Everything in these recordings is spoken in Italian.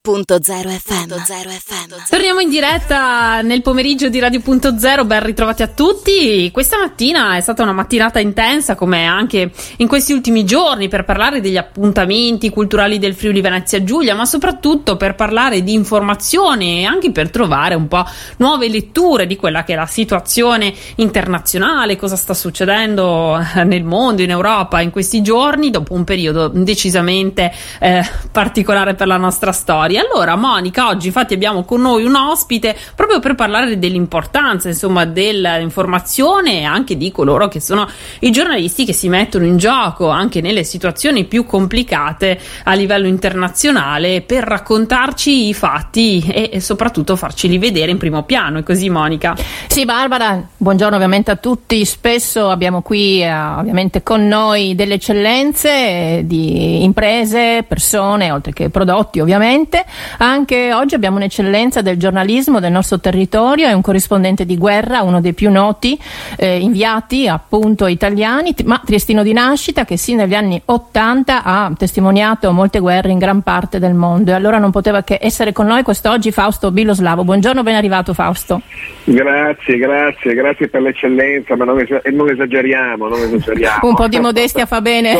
FM. Torniamo in diretta nel pomeriggio di Radio.0, ben ritrovati a tutti. Questa mattina è stata una mattinata intensa, come anche in questi ultimi giorni, per parlare degli appuntamenti culturali del Friuli Venezia Giulia, ma soprattutto per parlare di informazione e anche per trovare un po' nuove letture di quella che è la situazione internazionale, cosa sta succedendo nel mondo, in Europa in questi giorni, dopo un periodo decisamente particolare per la nostra storia. Allora Monica, oggi infatti abbiamo con noi un ospite proprio per parlare dell'importanza, insomma, dell'informazione e anche di coloro che sono i giornalisti che si mettono in gioco anche nelle situazioni più complicate a livello internazionale per raccontarci i fatti e soprattutto farceli vedere in primo piano. È così, Monica? Sì, Barbara, buongiorno ovviamente a tutti. Spesso abbiamo qui ovviamente con noi delle eccellenze di imprese, persone, oltre che prodotti ovviamente. Anche oggi abbiamo un'eccellenza del giornalismo del nostro territorio, è un corrispondente di guerra, uno dei più noti inviati appunto italiani, ma triestino di nascita, che sì, negli anni 80 ha testimoniato molte guerre in gran parte del mondo, e allora non poteva che essere con noi quest'oggi Fausto Biloslavo. Buongiorno, ben arrivato Fausto. Grazie per l'eccellenza, ma non esageriamo. Un po' di modestia fa bene.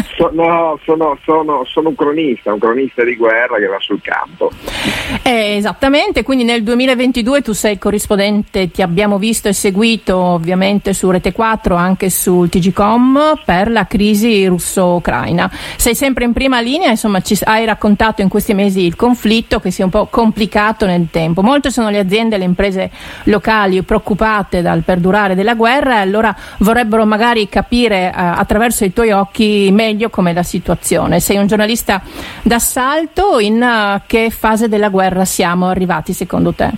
Sono un cronista di guerra che va sul campo. Esattamente, quindi nel 2022 tu sei corrispondente, ti abbiamo visto e seguito ovviamente su Rete 4, anche sul TGcom, per la crisi russo-ucraina. Sei sempre in prima linea, insomma ci hai raccontato in questi mesi il conflitto che si è un po' complicato nel tempo. Molte sono le aziende e le imprese locali preoccupate dal perdurare della guerra, e allora vorrebbero magari capire attraverso i tuoi occhi meglio com'è la situazione. Sei un giornalista d'assalto, in che fase della guerra siamo arrivati secondo te?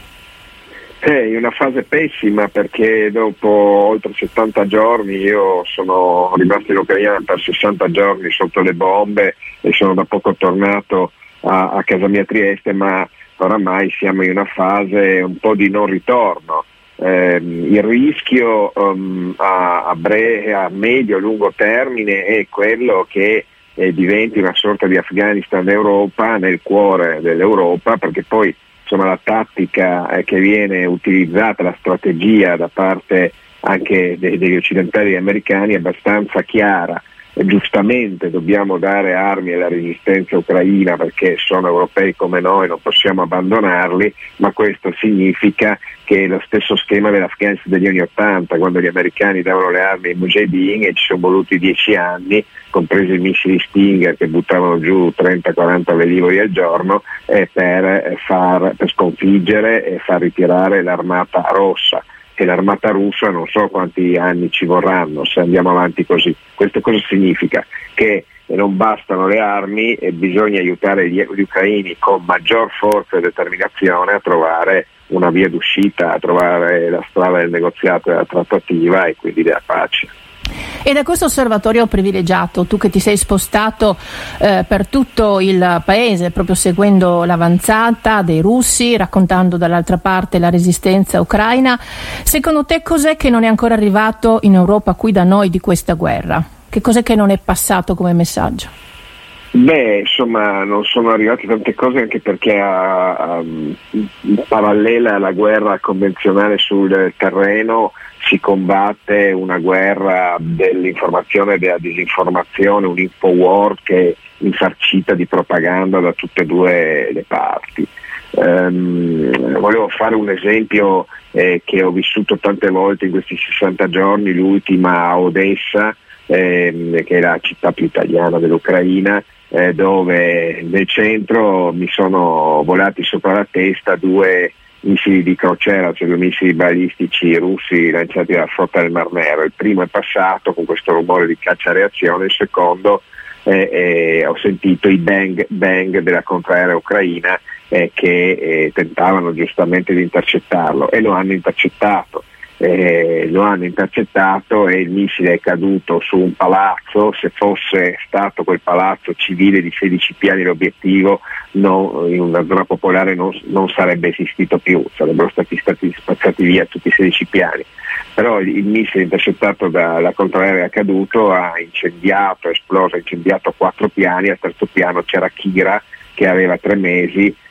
In una fase pessima, perché dopo oltre 70 giorni io sono rimasto in Ucraina per 60 giorni sotto le bombe e sono da poco tornato a casa mia a Trieste, ma oramai siamo in una fase un po' di non ritorno. Il rischio a breve, a medio e lungo termine è quello che diventi una sorta di Afghanistan d'Europa, nel cuore dell'Europa, perché poi insomma la tattica che viene utilizzata, la strategia da parte anche degli occidentali e americani è abbastanza chiara. Giustamente dobbiamo dare armi alla resistenza ucraina perché sono europei come noi, non possiamo abbandonarli, ma questo significa che è lo stesso schema dell'Afghanistan degli anni 80, quando gli americani davano le armi ai Mujahideen, e ci sono voluti 10 anni, compresi i missili Stinger che buttavano giù 30-40 velivoli al giorno, per sconfiggere e far ritirare l'armata rossa. E l'armata russa non so quanti anni ci vorranno se andiamo avanti così. Questo cosa significa? Che non bastano le armi e bisogna aiutare gli ucraini con maggior forza e determinazione a trovare una via d'uscita, a trovare la strada del negoziato e della trattativa e quindi della pace. E da questo osservatorio privilegiato, tu che ti sei spostato per tutto il paese, proprio seguendo l'avanzata dei russi, raccontando dall'altra parte la resistenza ucraina, secondo te cos'è che non è ancora arrivato in Europa, qui da noi, di questa guerra? Che cos'è che non è passato come messaggio? Insomma, non sono arrivate tante cose, anche perché parallela alla guerra convenzionale sul terreno si combatte una guerra dell'informazione e della disinformazione, un infowar che è infarcita di propaganda da tutte e due le parti. Volevo fare un esempio che ho vissuto tante volte in questi 60 giorni, l'ultima a Odessa, che è la città più italiana dell'Ucraina, dove nel centro mi sono volati sopra la testa 2 missili di crociera, cioè 2 missili balistici russi lanciati dalla flotta del Mar Nero. Il primo è passato con questo rumore di caccia-reazione, il secondo ho sentito i bang bang della contraerea ucraina che tentavano giustamente di intercettarlo, e lo hanno intercettato. E il missile è caduto su un palazzo. Se fosse stato quel palazzo civile di 16 piani l'obiettivo, in una zona popolare non sarebbe esistito più, sarebbero stati spazzati via tutti i 16 piani. Però il missile intercettato dalla contraerea caduto ha incendiato 4 piani. Al terzo piano c'era Kira, che aveva 3 mesi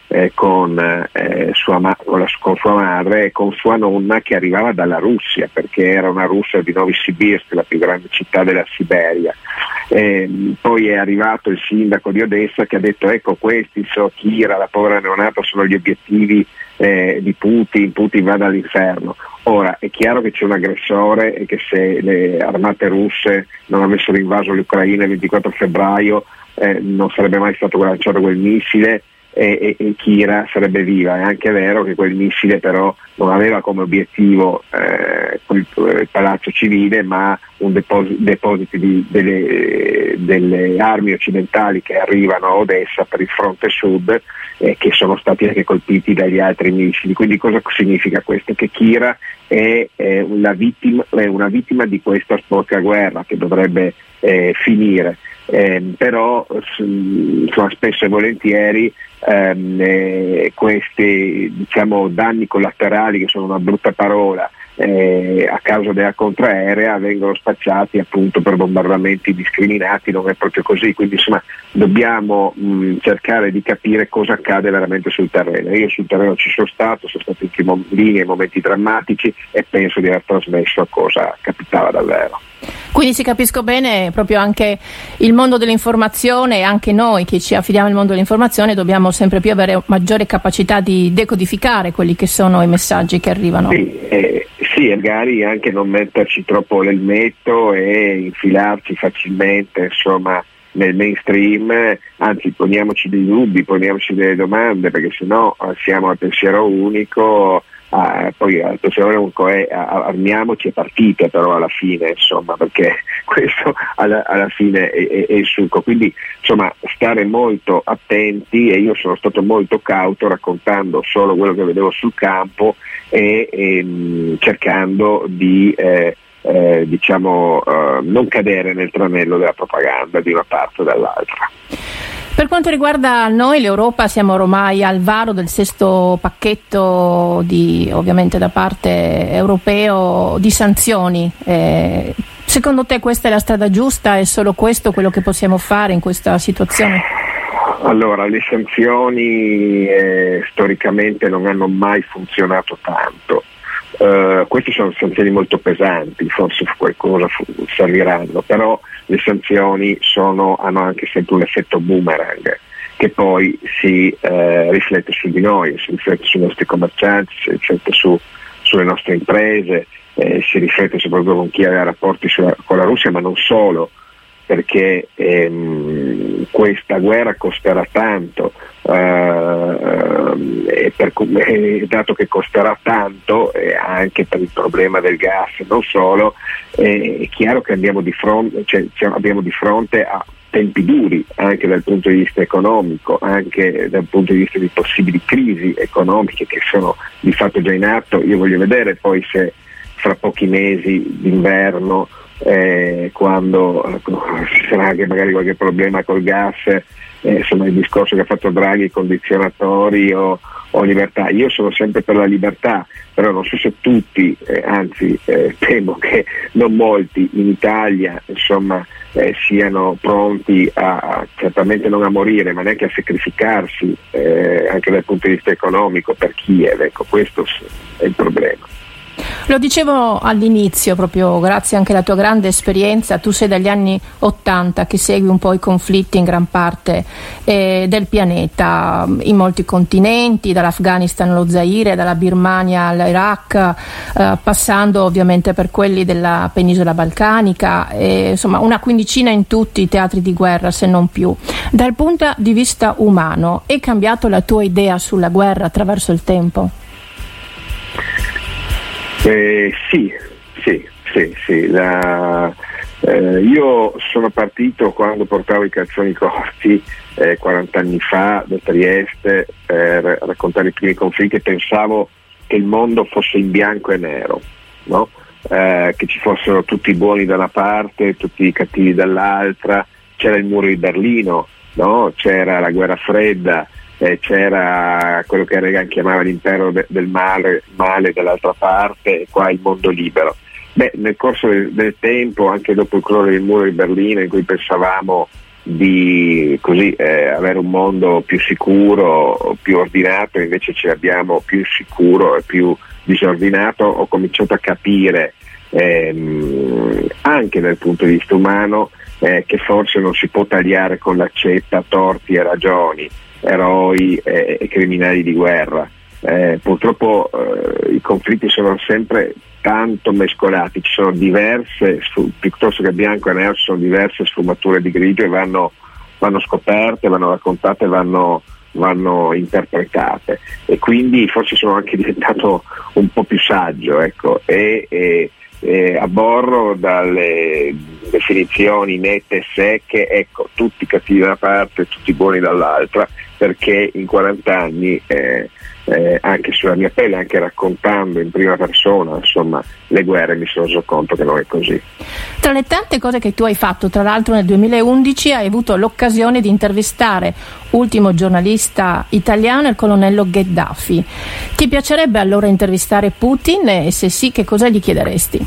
con sua madre e con sua nonna, che arrivava dalla Russia, perché era una russa di Novosibirsk, la più grande città della Siberia. Poi è arrivato il sindaco di Odessa che ha detto: ecco, questi Kira, la povera neonata, sono gli obiettivi di Putin vada all'inferno. Ora è chiaro che c'è un aggressore e che se le armate russe non avessero invaso l'Ucraina il 24 febbraio non sarebbe mai stato lanciato quel missile e Kira sarebbe viva. È anche vero che quel missile però non aveva come obiettivo il palazzo civile, ma un deposito delle armi occidentali che arrivano a Odessa per il fronte sud, che sono stati anche colpiti dagli altri missili. Quindi cosa significa questo? Che Kira è una vittima di questa sporca guerra che dovrebbe finire. Però spesso e volentieri questi danni collaterali, che sono una brutta parola, a causa della contraerea, vengono spacciati appunto per bombardamenti indiscriminati. Non è proprio così, quindi dobbiamo cercare di capire cosa accade veramente sul terreno. Io sul terreno ci sono stato in prima linea in momenti drammatici e penso di aver trasmesso cosa capitava davvero. Quindi, se capisco bene, proprio anche il mondo dell'informazione e anche noi che ci affidiamo al mondo dell'informazione dobbiamo sempre più avere maggiore capacità di decodificare quelli che sono i messaggi che arrivano. Sì, magari anche non metterci troppo l'elmetto e infilarci facilmente nel mainstream, anzi poniamoci dei dubbi, poniamoci delle domande, perché sennò siamo al pensiero unico. Poi al pensiero unico armiamoci e partite, però alla fine, perché questo alla fine è il succo. Quindi stare molto attenti, e io sono stato molto cauto raccontando solo quello che vedevo sul campo e cercando di non cadere nel tranello della propaganda di una parte o dall'altra. Per quanto riguarda noi, l'Europa, siamo ormai al varo del 6° pacchetto ovviamente da parte europeo di sanzioni. Secondo te questa è la strada giusta? È solo questo quello che possiamo fare in questa situazione? Allora, le sanzioni storicamente non hanno mai funzionato tanto. Queste sono sanzioni molto pesanti, forse qualcosa serviranno, però le sanzioni hanno anche sempre un effetto boomerang che poi si riflette su di noi, si riflette sui nostri commercianti, si riflette sulle nostre imprese, si riflette soprattutto con chi ha rapporti con la Russia, ma non solo, perché questa guerra costerà tanto, dato che costerà tanto anche per il problema del gas, non solo, è chiaro che abbiamo di fronte a tempi duri anche dal punto di vista economico, anche dal punto di vista di possibili crisi economiche che sono di fatto già in atto. Io voglio vedere poi se fra pochi mesi d'inverno, quando ci sarà anche magari qualche problema col gas, il discorso che ha fatto Draghi, condizionatori o libertà. Io sono sempre per la libertà, però non so se tutti, temo che non molti in Italia siano pronti certamente non a morire, ma neanche a sacrificarsi anche dal punto di vista economico per Kiev. Ecco, questo è il problema. Lo dicevo all'inizio, proprio grazie anche alla tua grande esperienza. Tu sei dagli anni 80 che segui un po' i conflitti in gran parte del pianeta, in molti continenti, dall'Afghanistan allo Zaire, dalla Birmania all'Iraq, passando ovviamente per quelli della penisola balcanica, una quindicina in tutti i teatri di guerra, se non più. Dal punto di vista umano, è cambiato la tua idea sulla guerra attraverso il tempo? Sì. Io sono partito quando portavo i calzoni corti 40 anni fa da Trieste per raccontare i primi conflitti, e pensavo che il mondo fosse in bianco e nero, no? Che ci fossero tutti i buoni da una parte, tutti i cattivi dall'altra. C'era il muro di Berlino, no? C'era la guerra fredda, c'era quello che Reagan chiamava l'impero del male dall'altra parte, e qua il mondo libero. Nel corso del tempo, anche dopo il crollo del muro di Berlino, in cui pensavamo di così avere un mondo più sicuro, più ordinato, invece ce l'abbiamo più sicuro e più disordinato. Ho cominciato a capire anche dal punto di vista umano che forse non si può tagliare con l'accetta torti e ragioni, eroi e criminali di guerra. Purtroppo i conflitti sono sempre tanto mescolati, ci sono diverse, piuttosto che bianco e nero, ci sono diverse sfumature di grigio e vanno scoperte, vanno raccontate, vanno interpretate, e quindi forse sono anche diventato un po' più saggio, ecco, e aborro dalle definizioni nette e secche, ecco, tutti cattivi da una parte, tutti buoni dall'altra, perché in 40 anni anche sulla mia pelle, anche raccontando in prima persona, insomma, le guerre, mi sono reso conto che non è così. Tra le tante cose che tu hai fatto, tra l'altro nel 2011 hai avuto l'occasione di intervistare ultimo giornalista italiano, il colonnello Gheddafi. Ti piacerebbe allora intervistare Putin, e se sì, che cosa gli chiederesti?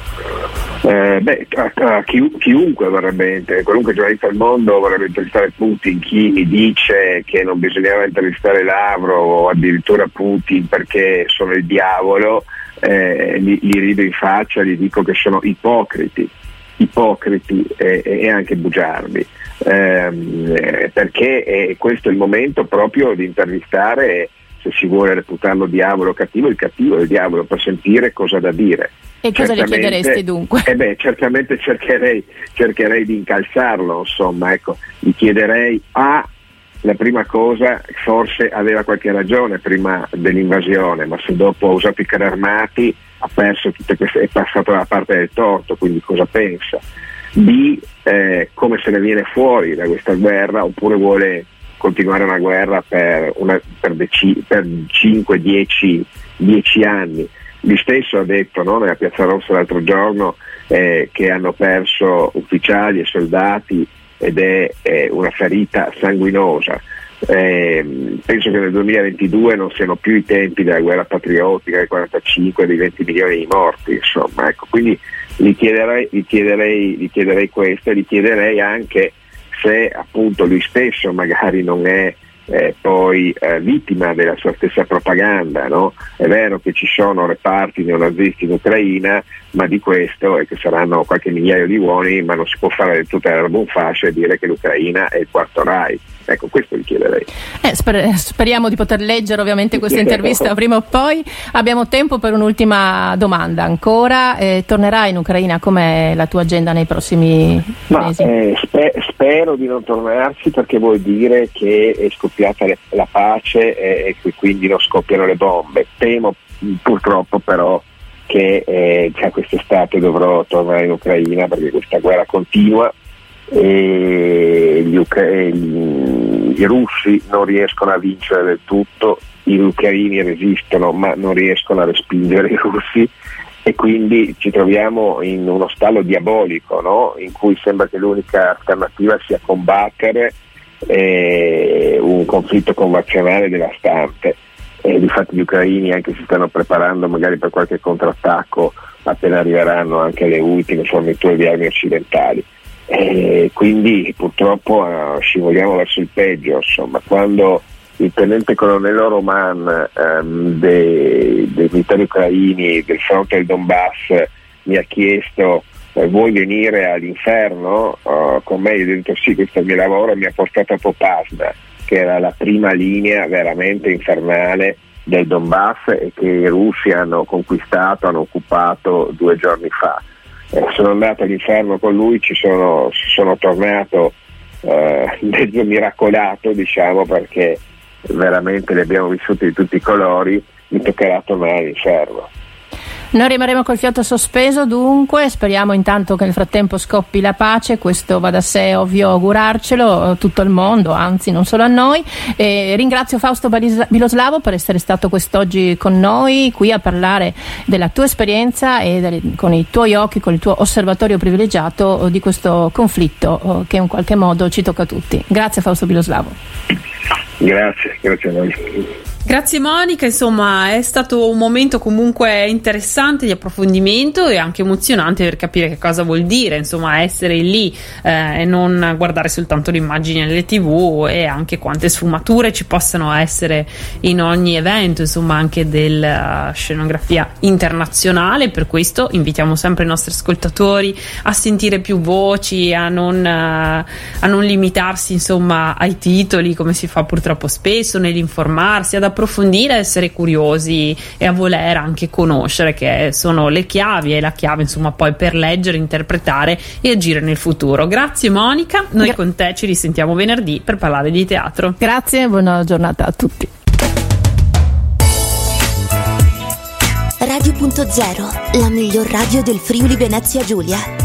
Chiunque vorrebbe, qualunque giornalista al mondo vorrebbe intervistare Putin. Chi mi dice che non bisognava intervistare Lavrov o addirittura Putin perché sono il diavolo, gli rido in faccia, gli dico che sono ipocriti e anche bugiardi, perché questo è il momento proprio di intervistare, se si vuole reputarlo diavolo o cattivo, il cattivo del diavolo, per sentire cosa ha da dire. E cosa le chiederesti dunque? Certamente cercherei di incalzarlo, insomma, ecco, gli chiederei la prima cosa, forse aveva qualche ragione prima dell'invasione, ma se dopo ha usato i carri armati ha perso tutte queste, è passato dalla parte del torto, quindi cosa pensa? Come se ne viene fuori da questa guerra, oppure vuole continuare una guerra per 5-10 anni. Lui stesso ha detto, no, nella Piazza Rossa l'altro giorno, che hanno perso ufficiali e soldati ed è una ferita sanguinosa. Penso che nel 2022 non siano più i tempi della guerra patriottica del 45, dei 20 milioni di morti, insomma, ecco. Quindi gli chiederei questo, e gli chiederei anche se appunto lui stesso magari non è poi vittima della sua stessa propaganda, no? È vero che ci sono reparti neonazisti in Ucraina, ma di questo è che saranno qualche migliaio di uomini, ma non si può fare tutta l'erba un fascio e dire che l'Ucraina è il quarto Rai. Ecco, questo gli chiederei. Speriamo di poter leggere ovviamente questa intervista prima o poi. Abbiamo tempo per un'ultima domanda ancora. Tornerai in Ucraina? Com'è la tua agenda nei prossimi mesi? Spero di non tornarci, perché vuol dire che è scoppiata la pace e quindi non scoppiano le bombe. Temo purtroppo però che già quest'estate dovrò tornare in Ucraina, perché questa guerra continua e i russi non riescono a vincere del tutto, gli ucraini resistono ma non riescono a respingere i russi, e quindi ci troviamo in uno stallo diabolico, no? In cui sembra che l'unica alternativa sia combattere un conflitto convenzionale devastante. Difatti gli ucraini anche si stanno preparando magari per qualche contrattacco appena arriveranno anche le ultime forniture di armi occidentali. Quindi purtroppo scivoliamo verso il peggio, insomma. Quando il tenente colonnello Roman dei militari ucraini del fronte del Donbass mi ha chiesto vuoi venire all'inferno con me, io ho detto sì, questo è il mio lavoro, mi ha portato a Popasna, che era la prima linea veramente infernale del Donbass e che i russi hanno conquistato, hanno occupato 2 giorni fa. Sono andato all'inferno con lui, sono tornato mezzo miracolato, diciamo, perché veramente li abbiamo vissuti di tutti i colori. Mi toccherà tornare all'inferno. Noi rimarremo col fiato sospeso, dunque speriamo intanto che nel frattempo scoppi la pace. Questo va da sé, ovvio, augurarcelo a tutto il mondo, anzi non solo a noi. Ringrazio Fausto Biloslavo per essere stato quest'oggi con noi qui a parlare della tua esperienza e con i tuoi occhi, con il tuo osservatorio privilegiato di questo conflitto che in qualche modo ci tocca a tutti. Grazie Fausto Biloslavo. Grazie a voi. Grazie Monica, insomma è stato un momento comunque interessante di approfondimento e anche emozionante per capire che cosa vuol dire insomma essere lì e non guardare soltanto le immagini nelle TV, e anche quante sfumature ci possano essere in ogni evento, insomma anche della scenografia internazionale. Per questo invitiamo sempre i nostri ascoltatori a sentire più voci, a non limitarsi insomma ai titoli come si fa purtroppo spesso, nell'informarsi, ad approfondire, essere curiosi e a voler anche conoscere, che sono le chiavi, e la chiave insomma poi per leggere, interpretare e agire nel futuro. Grazie Monica, noi con te ci risentiamo venerdì per parlare di teatro. Grazie, buona giornata a tutti. Radio.0, la miglior radio del Friuli Venezia Giulia.